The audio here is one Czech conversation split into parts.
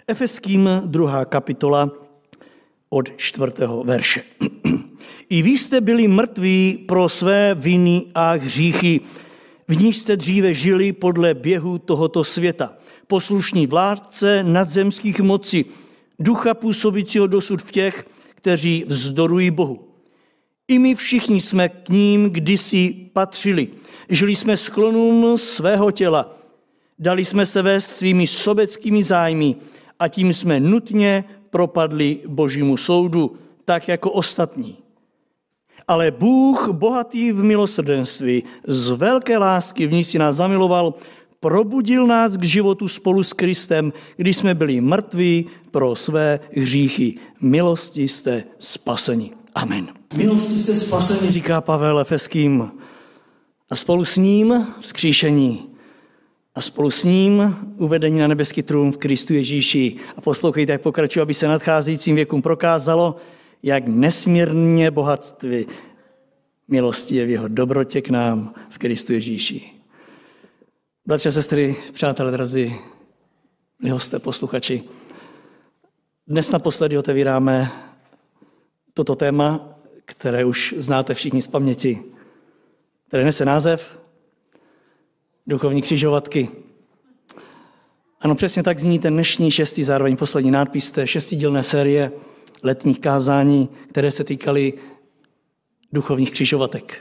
Efeským 2. kapitola od 4. verše. I vy jste byli mrtví pro své viny a hříchy, v níž jste dříve žili podle běhu tohoto světa, poslušní vládce nadzemských mocí, ducha působícího dosud v těch, kteří vzdorují Bohu. I my všichni jsme k ním kdysi patřili. Žili jsme sklonům svého těla, dali jsme se vést svými sobeckými zájmy a tím jsme nutně propadli Božímu soudu, tak jako ostatní. Ale Bůh, bohatý v milosrdenství, z velké lásky, v ní si nás zamiloval, probudil nás k životu spolu s Kristem, když jsme byli mrtví pro své hříchy. Milosti jste spaseni. Amen. Milosti jste spaseni, říká Pavel Efeským. A spolu s ním vzkříšení. A spolu s ním uvedení na nebeský trůn v Kristu Ježíši. A poslouchejte, jak pokračuje, aby se nadcházejícím věkům prokázalo, jak nesmírně bohatství milosti je v jeho dobrotě k nám v Kristu Ježíši. Bratři a sestry, přátelé drazí, milí hosté, posluchači, dnes naposledy otevíráme toto téma, které už znáte všichni z paměti, které nese název Duchovní křižovatky. Ano, přesně tak zní ten dnešní 6. zároveň poslední nápis té 6dílné série letních kázání, které se týkaly duchovních křižovatek.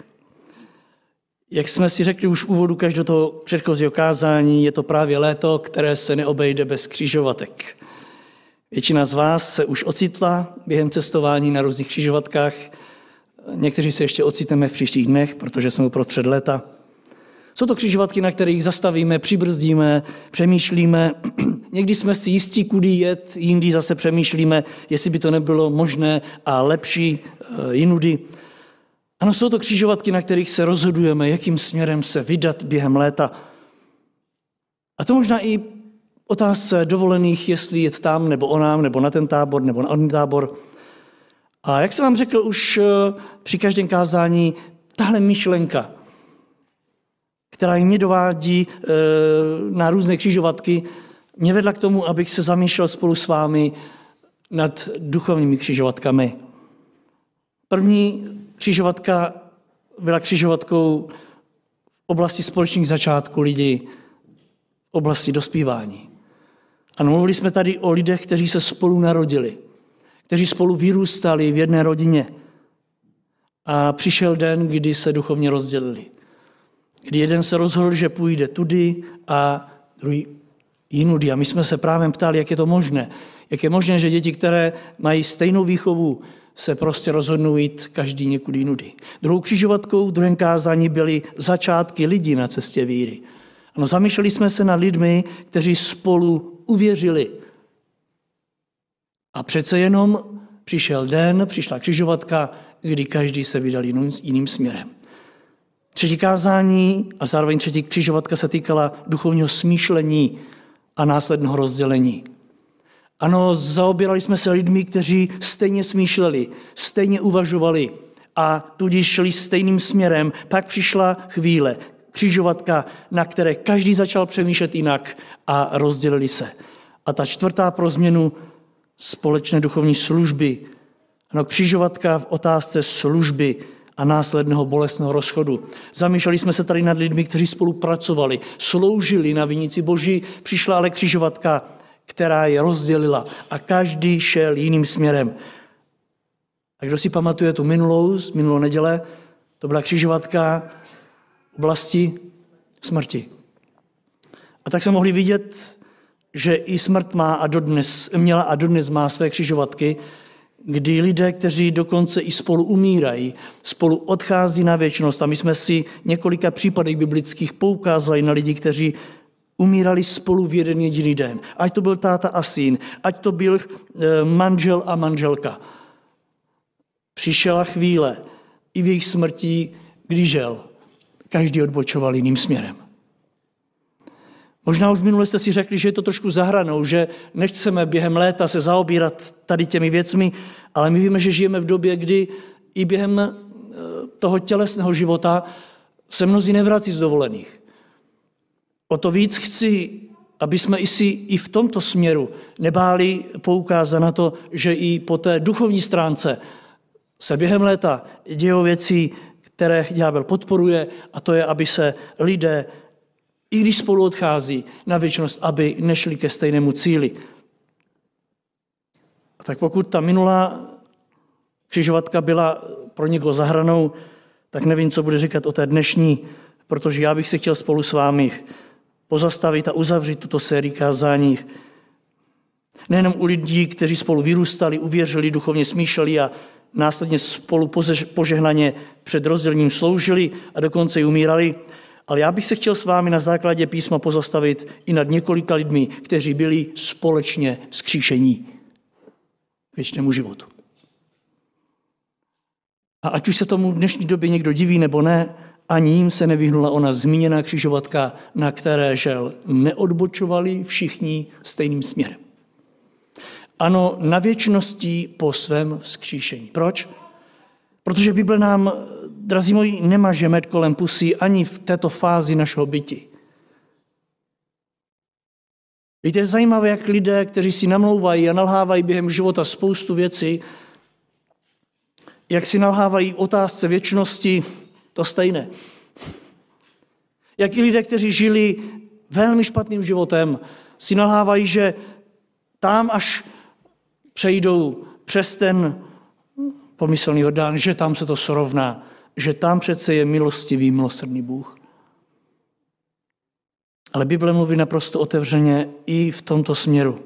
Jak jsme si řekli už v úvodu každého toho předchozího kázání, je to právě léto, které se neobejde bez křižovatek. Většina z vás se už ocitla během cestování na různých křižovatkách. Někteří se ještě ocitneme v příštích dnech, protože jsme uprostřed léta. Jsou to křižovatky, na kterých zastavíme, přibrzdíme, přemýšlíme. Někdy jsme si jistí, kudy jet, jindy zase přemýšlíme, jestli by to nebylo možné a lepší jinudy. Ano, jsou to křižovatky, na kterých se rozhodujeme, jakým směrem se vydat během léta. A to možná i otázce dovolených, jestli jet tam, nebo onám, nebo na ten tábor, nebo na onen tábor. A jak jsem vám řekl už při každém kázání, tahle myšlenka, která mě dovádí na různé křižovatky, mě vedla k tomu, abych se zamýšlel spolu s vámi nad duchovními křižovatkami. První křižovatka byla křižovatkou v oblasti společných začátků lidí, v oblasti dospívání. A mluvili jsme tady o lidech, kteří se spolu narodili, kteří spolu vyrůstali v jedné rodině. A přišel den, kdy se duchovně rozdělili. Kdy jeden se rozhodl, že půjde tudy a druhý jinudy. A my jsme se právě ptali, jak je to možné. Jak je možné, že děti, které mají stejnou výchovu, se prostě rozhodnou jít každý někudy jinudy. Druhou křižovatkou v druhém kázání byly začátky lidí na cestě víry. Ano, zamýšleli jsme se nad lidmi, kteří spolu uvěřili. A přece jenom přišel den, přišla křižovatka, kdy každý se vydal jiným směrem. Třetí kázání a zároveň třetí křižovatka se týkala duchovního smýšlení a následného rozdělení. Ano, zaobírali jsme se lidmi, kteří stejně smýšleli, stejně uvažovali a tudíž šli stejným směrem. Pak přišla chvíle, křižovatka, na které každý začal přemýšlet jinak a rozdělili se. A ta čtvrtá pro změnu společné duchovní služby. Ano, křižovatka v otázce služby a následného bolestného rozchodu. Zamýšleli jsme se tady nad lidmi, kteří spolupracovali, sloužili na vinici Boží, přišla ale křižovatka, která je rozdělila a každý šel jiným směrem. A kdo si pamatuje tu minulou neděle, to byla křižovatka v oblasti smrti. A tak jsme mohli vidět, že i smrt měla a dodnes má své křižovatky, kdy lidé, kteří dokonce i spolu umírají, spolu odchází na věčnost. A my jsme si několika případech biblických poukázali na lidi, kteří umírali spolu v jeden jediný den. Ať to byl táta a syn, ať to byl manžel a manželka. Přišla chvíle i v jejich smrti, kdy žel. Každý odbočoval jiným směrem. Možná už minule jste si řekli, že je to trošku za hranou, že nechceme během léta se zaobírat tady těmi věcmi, ale my víme, že žijeme v době, kdy i během toho tělesného života se mnozí nevrací z dovolených. O to víc chci aby jsme si i v tomto směru nebáli poukázat na to, že i po té duchovní stránce se během léta dějou věci, které ďábel podporuje, a to je, aby se lidé, i když spolu odchází na věčnost, aby nešli ke stejnému cíli. A tak pokud ta minulá křižovatka byla pro někoho za hranou, tak nevím, co bude říkat o té dnešní, protože já bych se chtěl spolu s vámi pozastavit a uzavřít tuto sérii kázání. Nejenom u lidí, kteří spolu vyrůstali, uvěřili, duchovně smýšleli a následně spolu požehnaně před rozdělením sloužili a dokonce i umírali, ale já bych se chtěl s vámi na základě písma pozastavit i nad několika lidmi, kteří byli společně vzkříšení k věčnému životu. A ať už se tomu v dnešní době někdo diví nebo ne, ani jim se nevyhnula ona zmíněná křižovatka, na které žel neodbočovali všichni stejným směrem. Ano, na věčnosti po svém vzkříšení. Proč? Protože Bible nám, drazí moji, nemaže med kolem pusy ani v této fázi našeho bytí. Víte, je zajímavé, jak lidé, kteří si namlouvají a nalhávají během života spoustu věcí, jak si nalhávají otázce věčnosti, to stejné. Jak i lidé, kteří žili velmi špatným životem, si nalhávají, že tam, až přejdou přes ten pomyslný Jordán, že tam se to srovná, že tam přece je milostivý, milosrdný Bůh. Ale Bible mluví naprosto otevřeně i v tomto směru.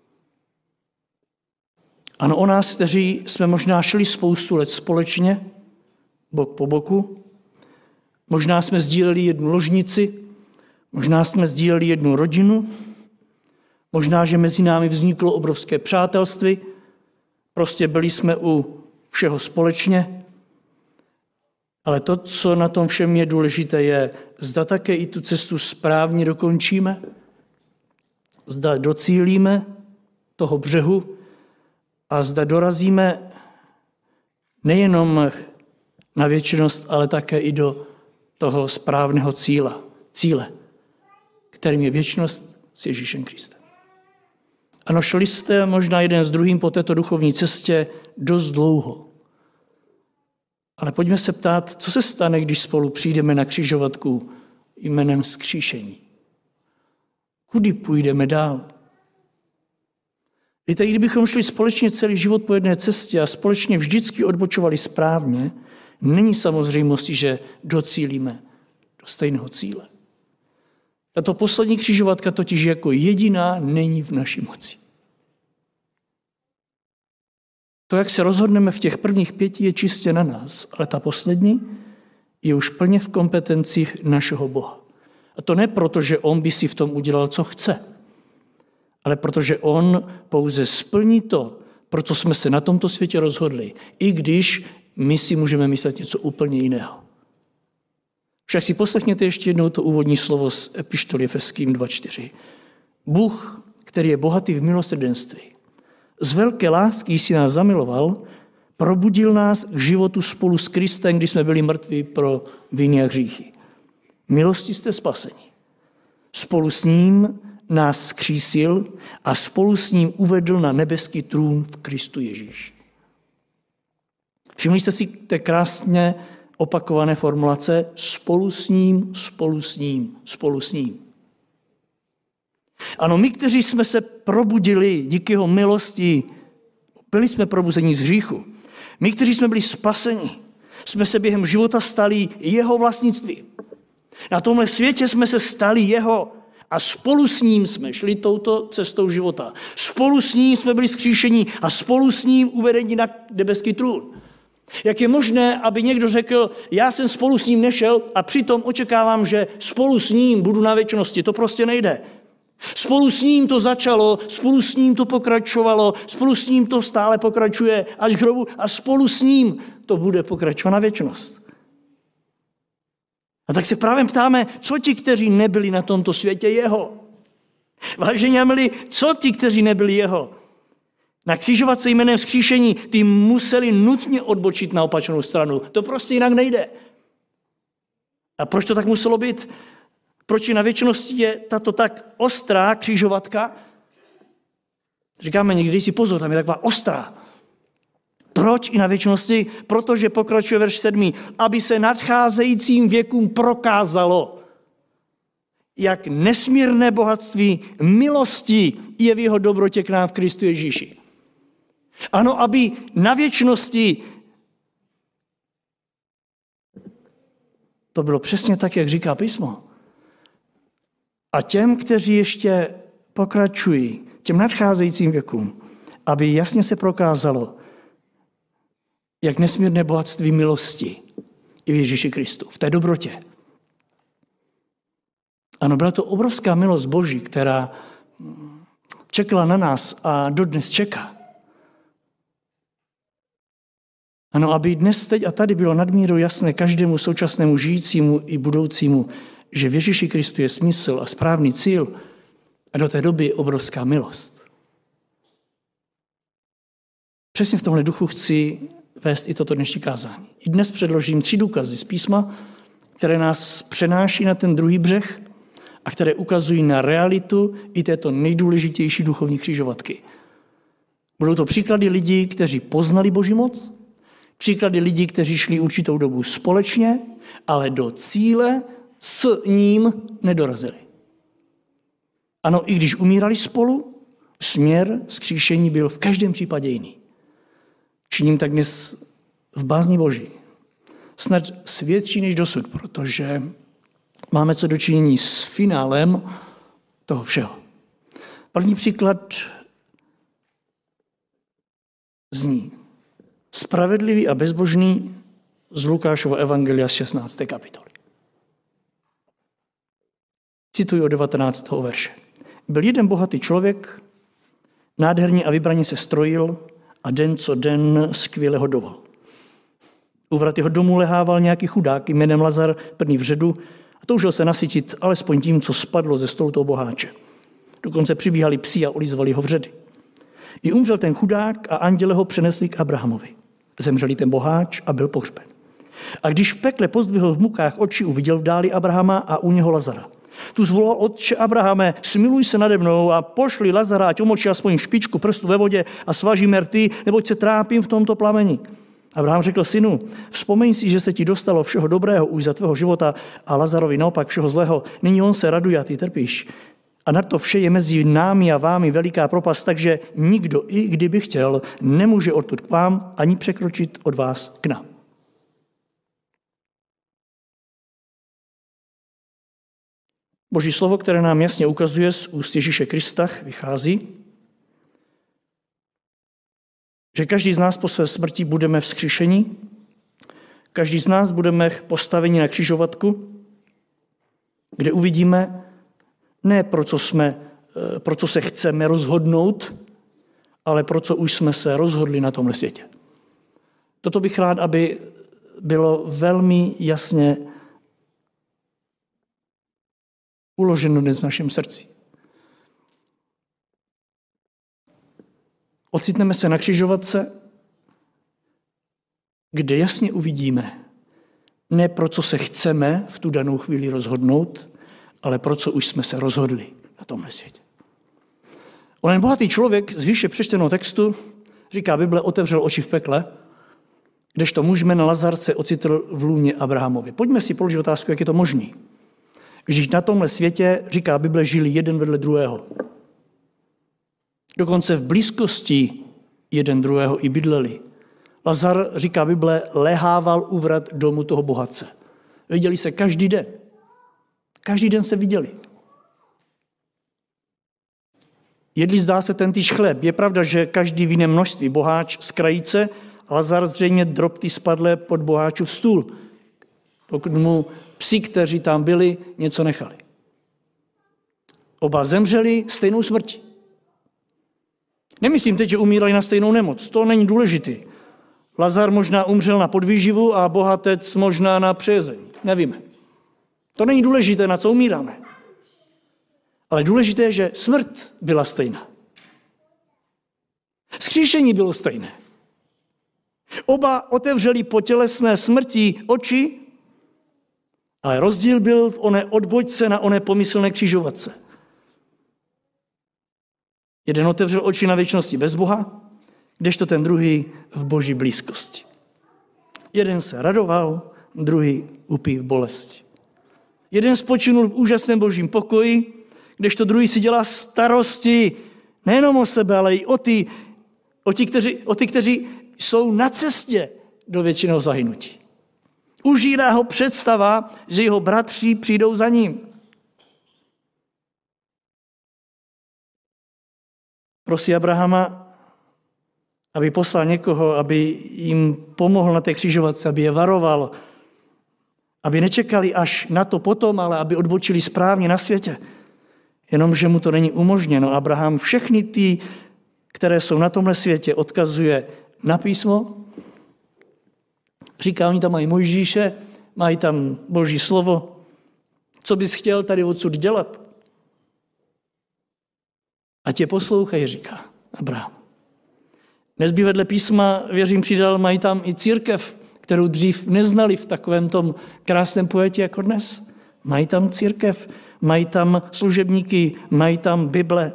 Ano, o nás, kteří jsme možná šli spoustu let společně, bok po boku, možná jsme sdíleli jednu ložnici, možná jsme sdíleli jednu rodinu, možná, že mezi námi vzniklo obrovské přátelství, prostě byli jsme u všeho společně, ale to, co na tom všem je důležité, je, zda také i tu cestu správně dokončíme, zda docílíme toho břehu a zda dorazíme nejenom na věčnost, ale také i do toho správného cíle, kterým je věčnost s Ježíšem Kristem. Ano, šli jste možná jeden s druhým po této duchovní cestě dost dlouho. Ale pojďme se ptát, co se stane, když spolu přijdeme na křižovatku jménem vzkříšení. Kudy půjdeme dál? Víte, kdybychom šli společně celý život po jedné cestě a společně vždycky odbočovali správně, není samozřejmostí, že docílíme do stejného cíle. Tato poslední křižovatka totiž jako jediná není v naší moci. To, jak se rozhodneme v těch prvních 5, je čistě na nás, ale ta poslední je už plně v kompetencích našeho Boha. A to ne proto, že on by si v tom udělal, co chce, ale protože on pouze splní to, pro co jsme se na tomto světě rozhodli, i když my si můžeme myslet něco úplně jiného. Však si poslechněte ještě jednou to úvodní slovo z epištoly Efeským 2:4. Bůh, který je bohatý v milosrdenství, z velké lásky si nás zamiloval, probudil nás k životu spolu s Kristem, když jsme byli mrtví pro viny a hříchy. Milosti jste spaseni. Spolu s ním nás zkřísil a spolu s ním uvedl na nebeský trůn v Kristu Ježíši. Všimli jste si té krásně opakované formulace spolu s ním, spolu s ním, spolu s ním. Ano, my, kteří jsme se probudili díky jeho milosti, byli jsme probuzeni z hříchu. My, kteří jsme byli spaseni, jsme se během života stali jeho vlastnictví. Na tomhle světě jsme se stali jeho a spolu s ním jsme šli touto cestou života. Spolu s ním jsme byli zkříšeni a spolu s ním uvedeni na nebeský trůn. Jak je možné, aby někdo řekl, já jsem spolu s ním nešel a přitom očekávám, že spolu s ním budu na věčnosti. To prostě nejde. Spolu s ním to začalo, spolu s ním to pokračovalo, spolu s ním to stále pokračuje až k hrobu a spolu s ním to bude pokračovat na věčnost. A tak se právě ptáme, co ti, kteří nebyli na tomto světě jeho? Vážení a milí, co ti, kteří nebyli jeho? Na křižovatce jménem vzkříšení, ty museli nutně odbočit na opačnou stranu. To prostě jinak nejde. A proč to tak muselo být? Proč i na věčnosti je tato tak ostrá křižovatka? Říkáme někdy si pozor, tam je taková ostrá. Proč i na věčnosti? Protože pokračuje verš 7. Aby se nadcházejícím věkům prokázalo, jak nesmírné bohatství milosti je v jeho dobrotě k nám v Kristu Ježíši. Ano, aby na věčnosti to bylo přesně tak, jak říká písmo. A těm, kteří ještě pokračují, těm nadcházejícím věkům, aby jasně se prokázalo, jak nesmírné bohatství milosti i v Ježíši Kristu, v té dobrotě. Ano, byla to obrovská milost Boží, která čekala na nás a dodnes čeká. Ano, aby dnes, teď a tady bylo nadmíru jasné každému současnému žijícímu i budoucímu, že v Ježíši Kristu je smysl a správný cíl a do té doby je obrovská milost. Přesně v tomhle duchu chci vést i toto dnešní kázání. I dnes předložím 3 důkazy z písma, které nás přenáší na ten druhý břeh a které ukazují na realitu i této nejdůležitější duchovní křižovatky. Budou to příklady lidí, kteří poznali Boží moc, příklady lidí, kteří šli určitou dobu společně, ale do cíle s ním nedorazili. Ano, i když umírali spolu, směr vzkříšení byl v každém případě jiný. Činím tak dnes v bázni Boží. Snad svědčí než dosud, protože máme co dočinění s finálem toho všeho. První příklad zní: spravedlivý a bezbožný z Lukášova evangelia z 16. kapitoly. Cituji od 19. verše. Byl jeden bohatý člověk, nádherně a vybraně se strojil a den co den skvěle hodoval. U vrat jeho domu lehával nějaký chudák jménem Lazar, první v řadu, a toužil se nasytit alespoň tím, co spadlo ze stolu toho boháče. Dokonce přibíhali psi a olizovali ho vředy. I umřel ten chudák a anděle ho přenesli k Abrahamovi. Zemřel ten boháč a byl pohřben. A když v pekle pozdvihl v mukách oči, uviděl v dáli Abrahama a u něho Lazara. Tu zvolal: Otče Abrahame, smiluj se nade mnou a pošli Lazara, ať omočí aspoň špičku prstu ve vodě a svaží mé rty, neboť se trápím v tomto plameni. Abraham řekl: Synu, vzpomeň si, že se ti dostalo všeho dobrého už za tvého života a Lazarovi naopak všeho zlého. Nyní on se raduje a ty trpíš. A na to vše je mezi námi a vámi veliká propast, takže nikdo, i kdyby chtěl, nemůže odtud k vám ani překročit od vás k nám. Boží slovo, které nám jasně ukazuje z úst Ježíše Krista, vychází, že každý z nás po své smrti budeme vzkříšeni, každý z nás budeme postaveni na křižovatku, kde uvidíme ne pro co se chceme rozhodnout, ale pro co už jsme se rozhodli na tomhle světě. Toto bych rád, aby bylo velmi jasně uloženo dnes v našem srdci. Ocitneme se na křižovatce, kde jasně uvidíme, ne pro co se chceme v tu danou chvíli rozhodnout, ale pro co už jsme se rozhodli na tomhle světě. Onen bohatý člověk z výše přečteného textu, říká Bible, otevřel oči v pekle, kdežto muž jménem Lazar se ocitl v lůně Abrahamovi. Pojďme si položit otázku, jak je to možné. Když na tomhle světě, říká Bible, žili jeden vedle druhého. Dokonce v blízkosti jeden druhého i bydleli. Lazar, říká Bible, lehával u vrat domu toho bohatce. Viděli se každý den. Každý den se viděli. Jedli, zdá se, tentýž chléb. Je pravda, že každý v jiném množství. Boháč z krajice, Lazar zřejmě drobty spadlé pod boháčův stůl. Pokud mu psi, kteří tam byli, něco nechali. Oba zemřeli stejnou smrtí. Nemyslím teď, že umírali na stejnou nemoc. To není důležitý. Lazar možná umřel na podvýživu a bohatec možná na přejezení. Nevíme. To není důležité, na co umíráme. Ale důležité je, že smrt byla stejná. Vzkříšení bylo stejné. Oba otevřeli po tělesné smrti oči Ale rozdíl byl v oné odbočce na oné pomyslné křižovatce. Jeden otevřel oči na věčnosti bez Boha, kdežto ten druhý v Boží blízkosti. Jeden se radoval, druhý upí v bolesti. Jeden spočinul v úžasném Božím pokoji, kdežto druhý si dělá starosti nejenom o sebe, ale i o ty, kteří jsou na cestě do věčného zahynutí. Užírá ho představa, že jeho bratři přijdou za ním. Prosí Abrahama, aby poslal někoho, aby jim pomohl na té křižovatce, aby je varoval, aby nečekali až na to potom, ale aby odbočili správně na světě. Jenomže mu to není umožněno. Abraham všechny ty, které jsou na tomhle světě, odkazuje na písmo. Říká, oni tam mají Mojžíše, mají tam Boží slovo. Co bys chtěl tady odsud dělat? A tě poslouchají, říká Abraham. Dnes by vedle písma, věřím, přidal, mají tam i církev, kterou dřív neznali v takovém tom krásném pojetí jako dnes. Mají tam církev, mají tam služebníky, mají tam Bible.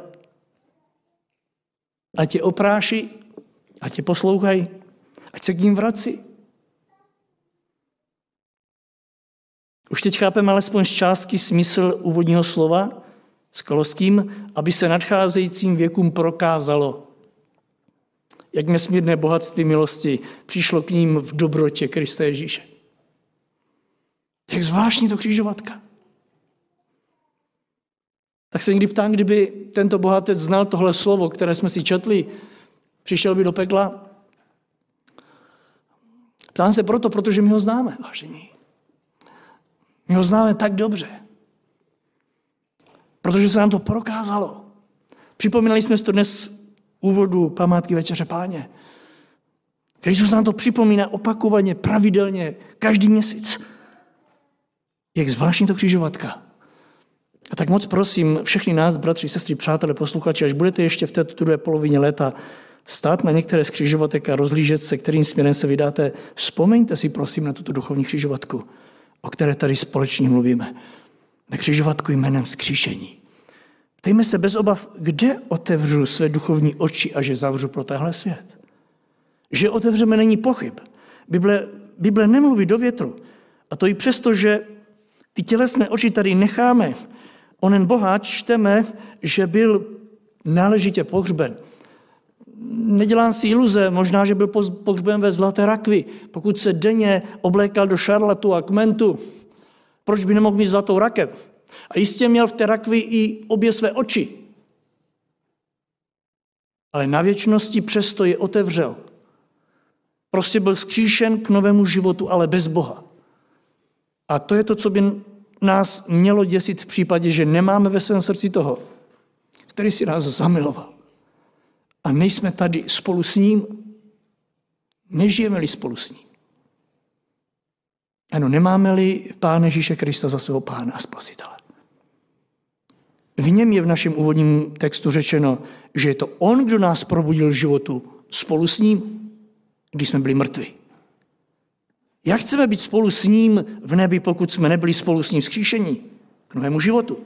Ať tě opráší, ať tě poslouchají, ať se k ním vrací. Už teď chápeme alespoň z částky smysl úvodního slova s Koloským, aby se nadcházejícím věkům prokázalo, jak nesmírné bohatství milosti přišlo k ním v dobrotě Krista Ježíše. Jak zvláštní to křižovatka. Tak se někdy ptám, kdyby tento bohatec znal tohle slovo, které jsme si četli, přišel by do pekla. Ptám se proto, protože my ho známe, vážení. My ho známe tak dobře. Protože se nám to prokázalo. Připomínali jsme si to dnes úvodu památky Večeře Páně. Kristus nám to připomíná opakovaně, pravidelně, každý měsíc. Jak zvláštní to křižovatka. A tak moc prosím všechny nás, bratři, sestry, přátelé, posluchači, až budete ještě v této druhé polovině léta stát na některé z křižovatek a rozhlížet se, kterým směrem se vydáte, vzpomeňte si prosím na tuto duchovní křižovatku, o které tady společně mluvíme. Na křižovatku jménem vzkříšení. Ptejme se bez obav, kde otevřu své duchovní oči a že zavřu pro téhle svět. Že otevřeme, není pochyb. Bible nemluví do větru. A to i přesto, že ty tělesné oči tady necháme. Onen boháč čteme, že byl náležitě pohřben. Nedělám si iluze, možná, že byl pohřben ve zlaté rakvi. Pokud se denně oblékal do šarlatu a kmentu, proč by nemohl mít zlatou rakev? A jistě měl v té rakvi i obě své oči. Ale na věčnosti přesto je otevřel. Prostě byl vzkříšen k novému životu, ale bez Boha. A to je to, co by nás mělo děsit v případě, že nemáme ve svém srdci toho, který si nás zamiloval. A nejsme tady spolu s ním, nežijeme-li spolu s ním. Ano, nemáme-li Pána Ježíše Krista za svého Pána a Spasitele. V něm je v našem úvodním textu řečeno, že je to on, kdo nás probudil životu spolu s ním, když jsme byli mrtví. Jak chceme být spolu s ním v nebi, pokud jsme nebyli spolu s ním vzkříšení k novému životu?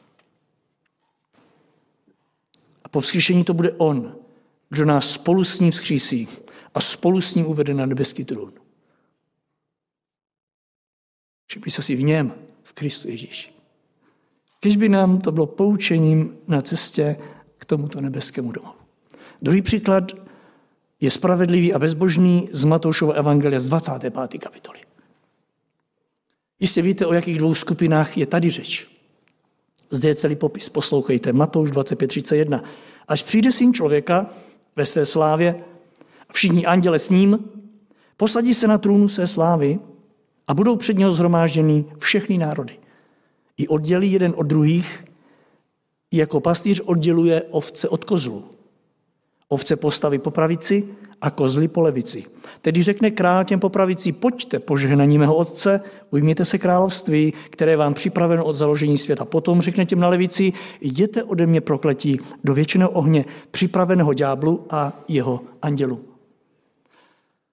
A po vzkříšení to bude on, kdo nás spolu s ním vzkřísí a spolu s ním uvede na nebeský trůn. Všimli se si v něm, v Kristu Ježíši. Když by nám to bylo poučením na cestě k tomuto nebeskému domu. Druhý příklad je spravedlivý a bezbožný z Matoušova evangelia z 25. kapitoly. Jistě víte, o jakých dvou skupinách je tady řeč. Zde je celý popis. Poslouchejte, Matouš 25:31. Až přijde Syn člověka ve své slávě a všichni anděle s ním, posadí se na trůnu své slávy a budou před něho shromážděny všechny národy. I oddělí jeden od druhých, jako pastýř odděluje ovce od kozlů. Ovce postaví po pravici a kozly po levici. Tedy řekne král těm po pravici, pojďte, požehnaní mého otce, ujměte se království, které je vám připraveno od založení světa. Potom řekne těm na levici, jděte ode mě prokletí do věčného ohně, připraveného ďáblu a jeho andělu.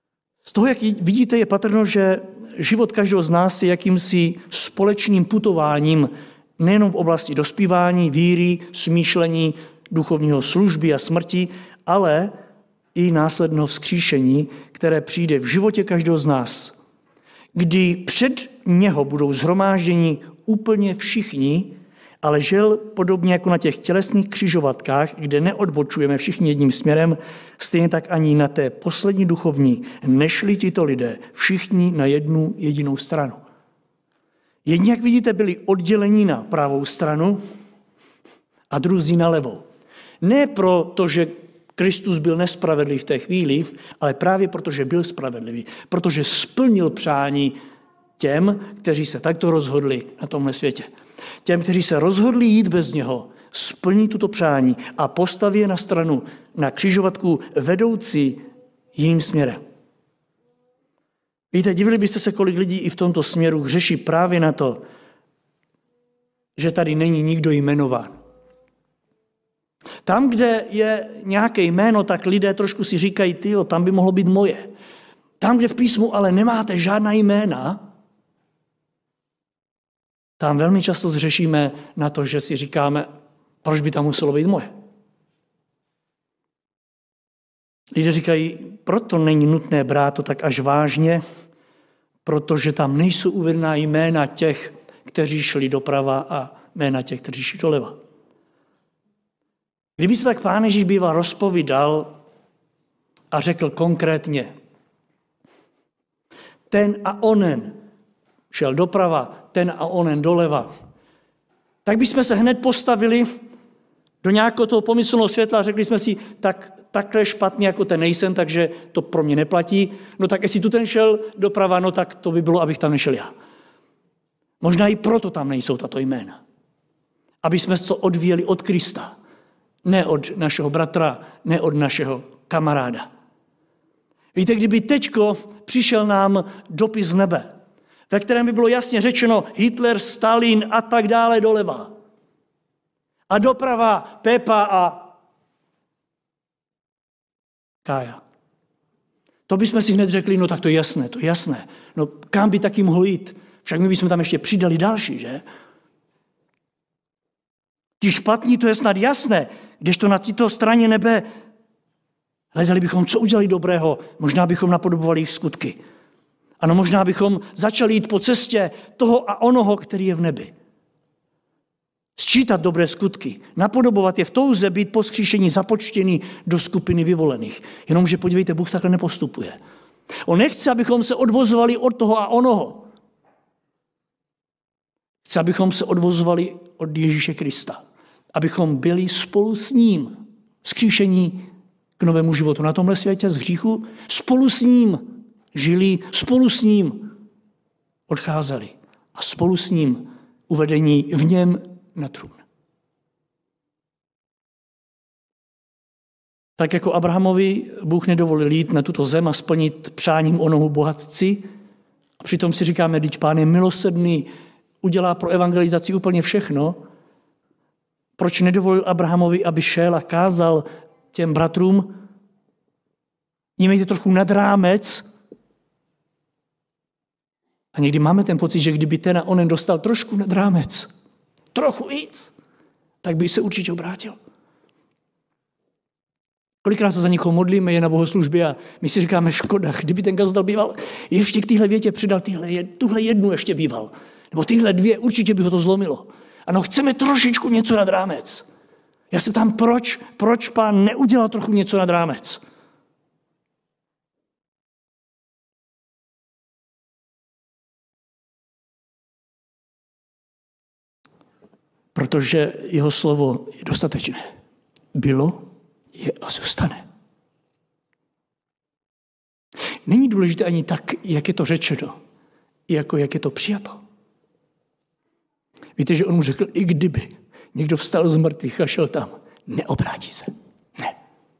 Z toho, jak vidíte, je patrno, že život každého z nás je jakýmsi společným putováním nejenom v oblasti dospívání, víry, smýšlení, duchovního služby a smrti, ale i následného vzkříšení, které přijde v životě každého z nás, kdy před něho budou shromážděni úplně všichni, ale žel podobně jako na těch tělesných křižovatkách, kde neodbočujeme všichni jedním směrem, stejně tak ani na té poslední duchovní nešli tito lidé všichni na jednu jedinou stranu. Jedni, jak vidíte, byli odděleni na pravou stranu a druzí na levou. Ne proto, že Kristus byl nespravedlivý v té chvíli, ale právě proto, že byl spravedlivý, protože splnil přání těm, kteří se takto rozhodli na tomhle světě. Těm, kteří se rozhodli jít bez něho, splní tuto přání a postaví je na stranu, na křižovatku vedoucí jiným směrem. Víte, divili byste se, kolik lidí i v tomto směru hřeší právě na to, že tady není nikdo jmenován. Tam, kde je nějaké jméno, tak lidé trošku si říkají, tyjo, tam by mohlo být moje. Tam, kde v písmu ale nemáte žádná jména, tam velmi často zřešíme na to, že si říkáme, proč by tam muselo být moje. Lidé říkají, proto není nutné brát to tak až vážně, protože tam nejsou uvedená jména těch, kteří šli doprava a jména těch, kteří šli doleva. Kdyby se tak Pán Ježíš býval rozpovídal a řekl konkrétně, ten a onen šel doprava, ten a onen doleva, tak bychom se hned postavili do nějakého toho pomyslného světla a řekli jsme si, takhle špatně jako ten nejsem, takže to pro mě neplatí. No tak jestli tu ten šel doprava, no tak to by bylo, abych tam nešel já. Možná i proto tam nejsou tato jména. Aby jsme se odvíjeli od Krista. Ne od našeho bratra, ne od našeho kamaráda. Víte, kdyby teďko přišel nám dopis z nebe, ve kterém by bylo jasně řečeno Hitler, Stalin a tak dále doleva. A doprava Pepa a Kája. To bychom si hned řekli, no tak to je jasné. No kam by taky mohlo jít? Však my bychom tam ještě přidali další, že? Ti špatní, to je snad jasné, kdežto na této straně nebe hledali bychom, co udělali dobrého, možná bychom napodobovali jejich skutky. Ano, možná bychom začali jít po cestě toho a onoho, který je v nebi. Sčítat dobré skutky, napodobovat je v touze, být po vzkříšení započtěný do skupiny vyvolených. Jenomže podívejte, Bůh takhle nepostupuje. On nechce, abychom se odvozovali od toho a onoho. Chce, abychom se odvozovali od Ježíše Krista. Abychom byli spolu s ním. Vzkříšení k novému životu na tomhle světě z hříchu. Spolu s ním žili, spolu s ním odcházeli. A spolu s ním uvedení v něm na trůn. Tak jako Abrahamovi Bůh nedovolil jít na tuto zem a splnit přáním onohu bohatci, a přitom si říkáme, vždyť Pán je milosrdný, udělá pro evangelizaci úplně všechno, proč nedovolil Abrahamovi, aby šel a kázal těm bratrům, nímejte trochu nad rámec. A někdy máme ten pocit, že kdyby ten a onen dostal trošku nad rámec, trochu víc, tak by se určitě obrátil. Kolikrát se za někoho modlíme, je na bohoslužbě a my si říkáme, škoda, kdyby ten kazatel býval, ještě k téhle větě přidal tuhle jednu ještě býval. Nebo tyhle dvě, určitě by ho to zlomilo. Ano, chceme trošičku něco nad rámec. Já se ptám, proč Pán neudělal trochu něco nad rámec? Protože jeho slovo je dostatečné. Bylo, je a zůstane. Není důležité ani tak, jak je to řečeno, jako jak je to přijato. Víte, že on mu řekl, i kdyby někdo vstal z mrtvých a šel tam, neobrátí se. Ne.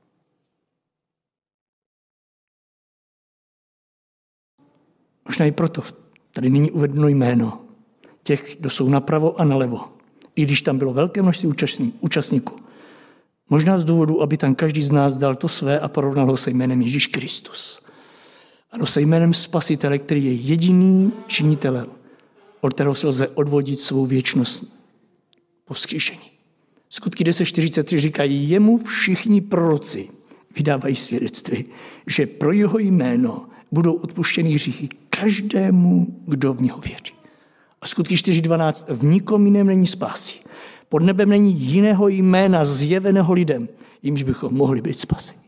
Možná i proto tady není uvedeno jméno těch, kdo jsou napravo a nalevo. I když tam bylo velké množství účastníků. Možná z důvodu, aby tam každý z nás dal to své a porovnal ho se jménem Ježíš Kristus. Ano, se jménem Spasitele, který je jediný činitelem, od kterého se lze odvodit svou věčnost po vzkříšení. Skutky 10:43 říkají, jemu všichni proroci vydávají svědectví, že pro jeho jméno budou odpuštěny hříchy každému, kdo v něho věří. A skutky 4:12, v nikom jiném není spásy. Pod nebem není jiného jména zjeveného lidem, jimž bychom mohli být spaseni.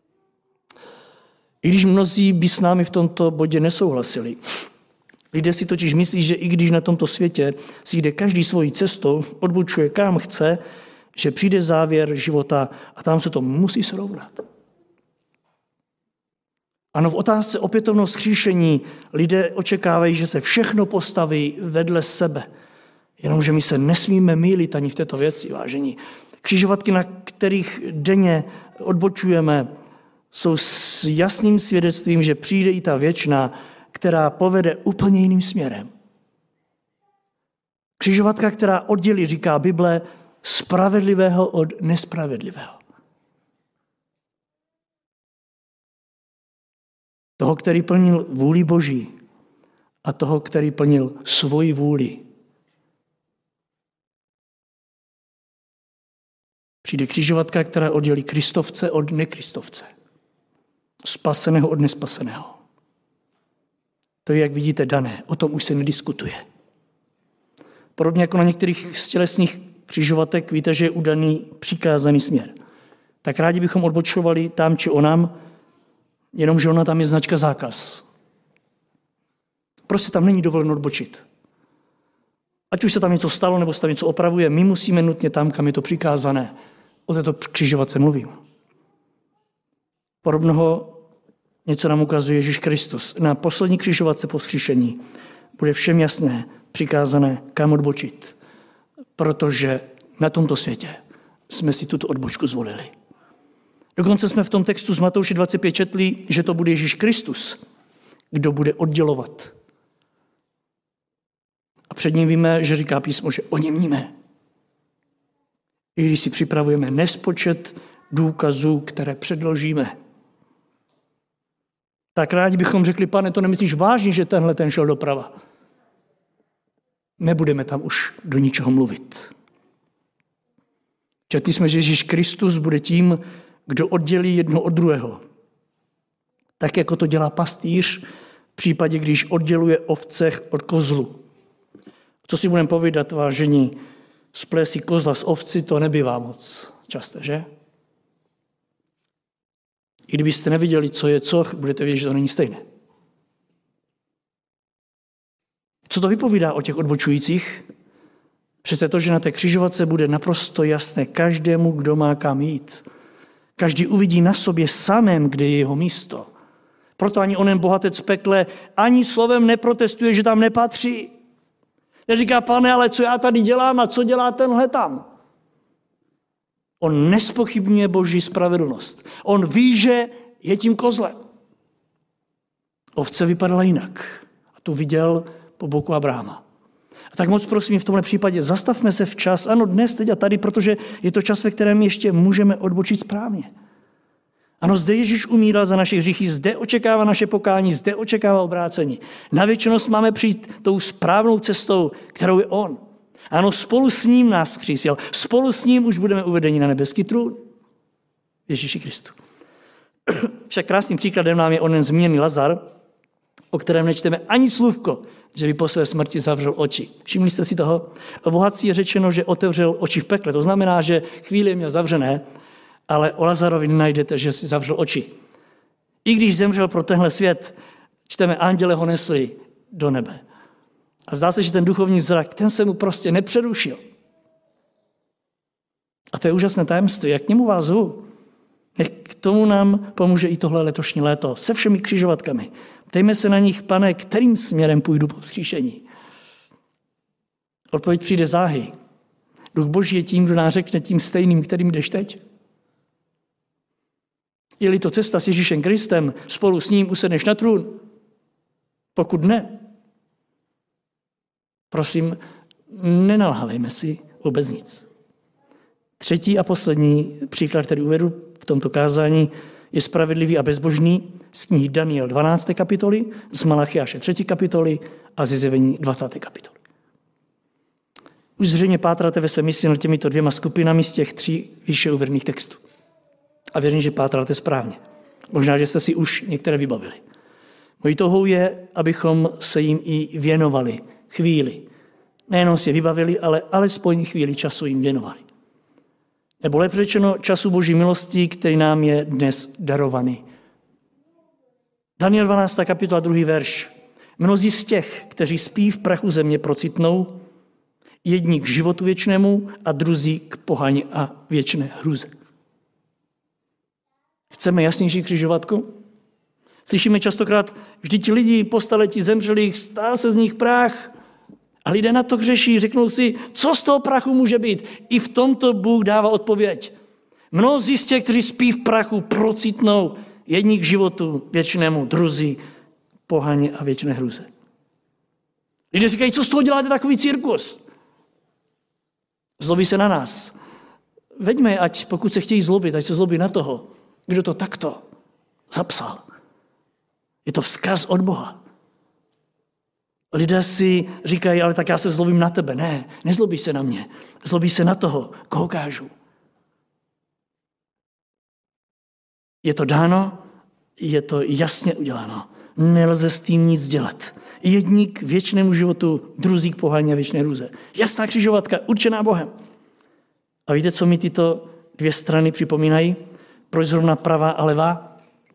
I když mnozí by s námi v tomto bodě nesouhlasili. Lidé si totiž myslí, že i když na tomto světě si jde každý svojí cestou, odbočuje kam chce, že přijde závěr života a tam se to musí srovnat. Ano, v otázce opětovného vzkříšení lidé očekávají, že se všechno postaví vedle sebe. Jenomže my se nesmíme mýlit ani v této věci, vážení. Křižovatky, na kterých denně odbočujeme, jsou s jasným svědectvím, že přijde i ta věčná, která povede úplně jiným směrem. Křižovatka, která oddělí, říká Bible, spravedlivého od nespravedlivého. Toho, který plnil vůli Boží a toho, který plnil svoji vůli. Přijde křižovatka, která oddělí Kristovce od nekristovce. Spaseného od nespaseného. To je, jak vidíte, dané. O tom už se nediskutuje. Podobně jako na některých z tělesných křižovatek víte, že je udaný přikázaný směr. Tak rádi bychom odbočovali tam či onam, jenomže ona tam je značka zákaz. Prostě tam není dovoleno odbočit. Ať už se tam něco stalo, nebo se tam něco opravuje, my musíme nutně tam, kam je to přikázané. O této křižovatce mluvím. Podobného něco nám ukazuje Ježíš Kristus. Na poslední křižovatce po vzkříšení bude všem jasné, přikázané, kam odbočit. Protože na tomto světě jsme si tuto odbočku zvolili. Dokonce jsme v tom textu z Matouše 25 četli, že to bude Ježíš Kristus, kdo bude oddělovat. A před ním víme, že říká písmo, že o něm víme. I když si připravujeme nespočet důkazů, které předložíme. Tak rádi bychom řekli, pane, to nemyslíš vážně, že tenhle ten šel doprava. Nebudeme tam už do ničeho mluvit. Četli jsme, že Ježíš Kristus bude tím, kdo oddělí jedno od druhého. Tak, jako to dělá pastýř v případě, když odděluje ovce od kozlu. Co si budeme povídat, vážení, splesí kozla z ovci, to nebývá moc časté, že? I kdybyste neviděli, co je co, budete vědět, že to není stejné. Co to vypovídá o těch odbočujících? Přece to, že na té křižovatce bude naprosto jasné každému, kdo má kam jít. Každý uvidí na sobě samém, kde je jeho místo. Proto ani onen bohatec v pekle ani slovem neprotestuje, že tam nepatří. Neříká, pane, ale co já tady dělám a co dělá tenhle tam? On nespochybňuje Boží spravedlnost. On ví, že je tím kozlem. Ovce vypadala jinak. A tu viděl po boku Abrahama. A tak moc prosím, v tomhle případě zastavme se včas, ano, dnes, teď a tady, protože je to čas, ve kterém ještě můžeme odbočit správně. Ano, zde Ježíš umíral za naše hříchy, zde očekává naše pokání, zde očekává obrácení. Na věčnost máme přijít tou správnou cestou, kterou je on. Ano, spolu s ním nás vzkřísil. Spolu s ním už budeme uvedeni na nebeský trůn. Ježíši Kristu. Však krásným příkladem nám je onen zmíněný Lazar, o kterém nečteme ani slůvko, že by po své smrti zavřel oči. Všimli jste si toho? O bohatci je řečeno, že otevřel oči v pekle. To znamená, že chvíli měl zavřené, ale o Lazarovi nenajdete, že si zavřel oči. I když zemřel pro tenhle svět, čteme, anděle ho nesli do nebe. A zdá se, že ten duchovní zrak, ten se mu prostě nepřerušil. A to je úžasné tajemství. Jak k němu vás zvu? Nech k tomu nám pomůže i tohle letošní léto se všemi křižovatkami. Ptejme se na nich, pane, kterým směrem půjdu po vzkříšení. Odpověď přijde záhy. Duch Boží je tím, kdo nás řekne tím stejným, kterým jdeš teď. Je-li to cesta s Ježíšem Kristem, spolu s ním usedneš na trůn? Pokud ne, prosím, nenalhávejme si vůbec nic. Třetí a poslední příklad, který uvedu v tomto kázání, je spravedlivý a bezbožný z knihy Daniel 12. kapitoly, z Malachiáše 3. kapitoly a ze Zjevení 20. kapitoly. Už zřejmě pátráte ve své mysli nad těmito dvěma skupinami z těch 3 výše uvedených textů. A věřím, že pátráte správně. Možná, že jste si už některé vybavili. Mojí touhou je, abychom se jim i věnovali chvíli. Nejenom si je vybavili, ale alespoň chvíli času jim věnovali. Nebo lépe řečeno času Boží milosti, který nám je dnes darovaný. Daniel 12. kapitola 2. verš. Mnozí z těch, kteří spí v prachu země, procitnou, jedni k životu věčnému a druzí k pohaně a věčné hruze. Chceme jasnější křižovatku? Slyšíme častokrát, vždyť lidi po staletí zemřelých, stál se z nich prach. A lidé na to hřeší, řeknou si, co z toho prachu může být. I v tomto Bůh dává odpověď. Mnozí z těch, kteří spí v prachu, procitnou, jedni k životu věčnému, druzí pohaně a věčné hruze. Lidé říkají, co z toho děláte takový cirkus? Zlobí se na nás. Veďme je, ať pokud se chtějí zlobit, ať se zlobí na toho, kdo to takto zapsal. Je to vzkaz od Boha. Lidé si říkají, ale tak já se zlobím na tebe. Ne, nezlobí se na mě. Zlobí se na toho, koho kážu. Je to dáno, je to jasně uděláno. Nelze s tím nic dělat. Jedni k věčnému životu, druzí k pohaně a věčné hruze. Jasná křižovatka, určená Bohem. A víte, co mi tyto 2 strany připomínají? Proč zrovna pravá a levá?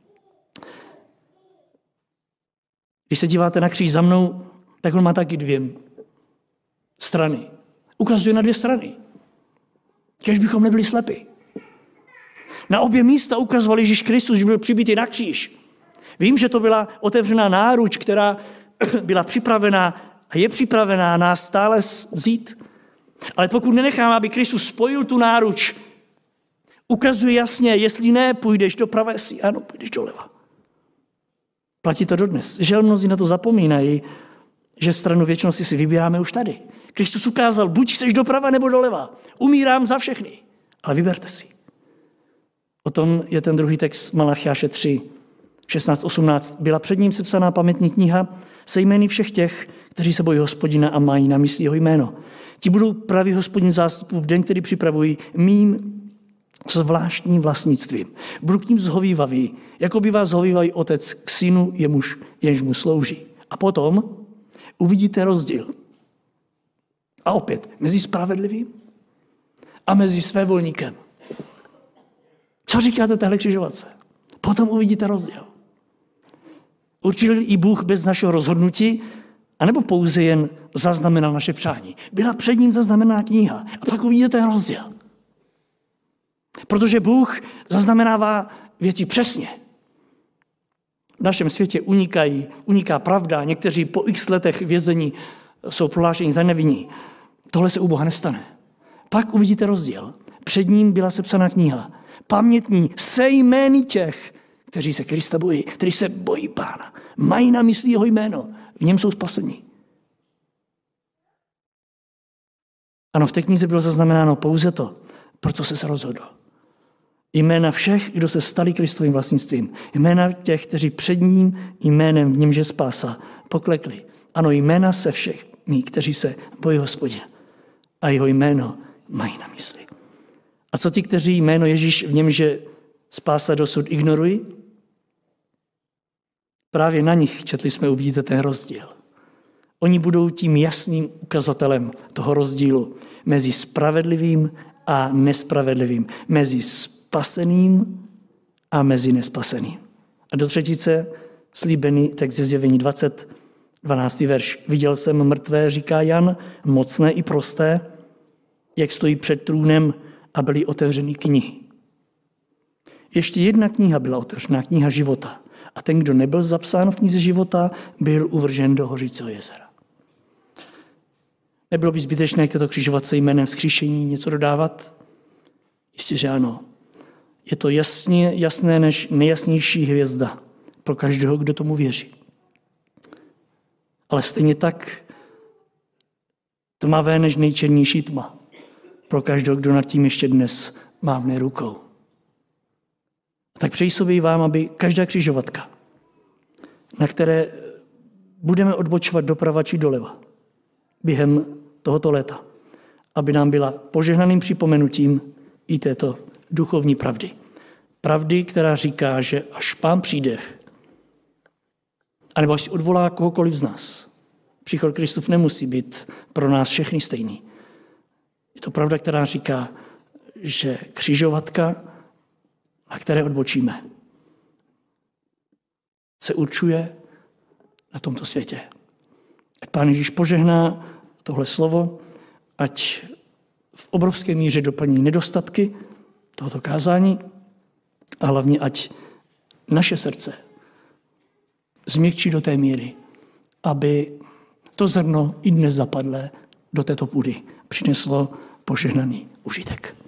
Když se díváte na kříž za mnou, tak on má taky 2 strany. Ukazuje na 2 strany. Kéž bychom nebyli slepí. Na obě místa ukazoval Ježíš Kristus, že byl přibitý na kříž. Vím, že to byla otevřená náruč, která byla připravená a je připravená nás stále vzít. Ale pokud nenecháme, aby Kristus spojil tu náruč, ukazuje jasně, jestli ne, půjdeš do pravé si, ano, půjdeš doleva. Platí to dodnes. Žel mnozí na to zapomínají, že stranu věčnosti si vybíráme už tady. Kristus ukázal, buď chceš doprava nebo doleva. Umírám za všechny, ale vyberte si. O tom je ten druhý text Malachiáše 3, 16-18. Byla před ním sepsaná pamětní kniha se jmény všech těch, kteří se bojí Hospodina a mají na mysli jeho jméno. Ti budou praví Hospodin zástupů v den, který připravují mým zvláštním vlastnictvím. Budu k ním zhovívavý, jako by vás zhovívavý otec k synu, jenž mu slouží. A potom uvidíte rozdíl. A opět mezi spravedlivým a mezi svévolníkem. Co říkáte téhle křižovatce? Potom uvidíte rozdíl. Určil i Bůh bez našeho rozhodnutí, anebo pouze jen zaznamenal naše přání. Byla před ním zaznamená kniha. A pak uvidíte ten rozdíl. Protože Bůh zaznamenává věci přesně. V našem světě uniká pravda. Někteří po x letech vězení jsou prohlášeni za nevinní. Tohle se u Boha nestane. Pak uvidíte rozdíl. Před ním byla sepsaná kniha. Pamětní se jmény těch, kteří se Krista bojí, kteří se bojí Pána. Mají na mysli jeho jméno. V něm jsou spasení. Ano, v té knize bylo zaznamenáno pouze to, pro co se rozhodl. Jména všech, kdo se stali Kristovým vlastnictvím. Jména těch, kteří před ním jménem v němž je spása poklekli. Ano, jména se všech, kteří se bojí Hospodina. A jeho jméno mají na mysli. A co ti, kteří jméno Ježíš v němž je spása dosud ignorují? Právě na nich, četli jsme, uvidíte ten rozdíl. Oni budou tím jasným ukazatelem toho rozdílu mezi spravedlivým a nespravedlivým, mezi spaseným a mezi nespaseným. A do třetice slíbený text ze Zjevení 20, 12. verš. Viděl jsem mrtvé, říká Jan, mocné i prosté, jak stojí před trůnem a byly otevřeny knihy. Ještě jedna kniha byla otevřená, kniha života. A ten, kdo nebyl zapsán v knize života, byl uvržen do hořícího jezera. Nebylo by zbytečné k této křižovatce jménem vzkříšení něco dodávat? Jistě, že ano. Je to jasné než nejjasnější hvězda pro každého, kdo tomu věří. Ale stejně tak tmavé než nejčernější tma pro každého, kdo nad tím ještě dnes mávne rukou. Tak přeji sobě i vám, aby každá křižovatka, na které budeme odbočovat doprava či doleva během tohoto léta, aby nám byla požehnaným připomenutím i této duchovní pravdy. Pravdy, která říká, že až Pán přijde, anebo až si odvolá kohokoliv z nás, příchod Kristův nemusí být pro nás všechny stejný. Je to pravda, která říká, že křižovatka, na které odbočíme, se určuje na tomto světě. Ať Pán Ježíš požehná tohle slovo, ať v obrovské míře doplní nedostatky tohoto kázání a hlavně ať naše srdce změkčí do té míry, aby to zrno i dnes zapadlé do této půdy přineslo požehnaný užitek.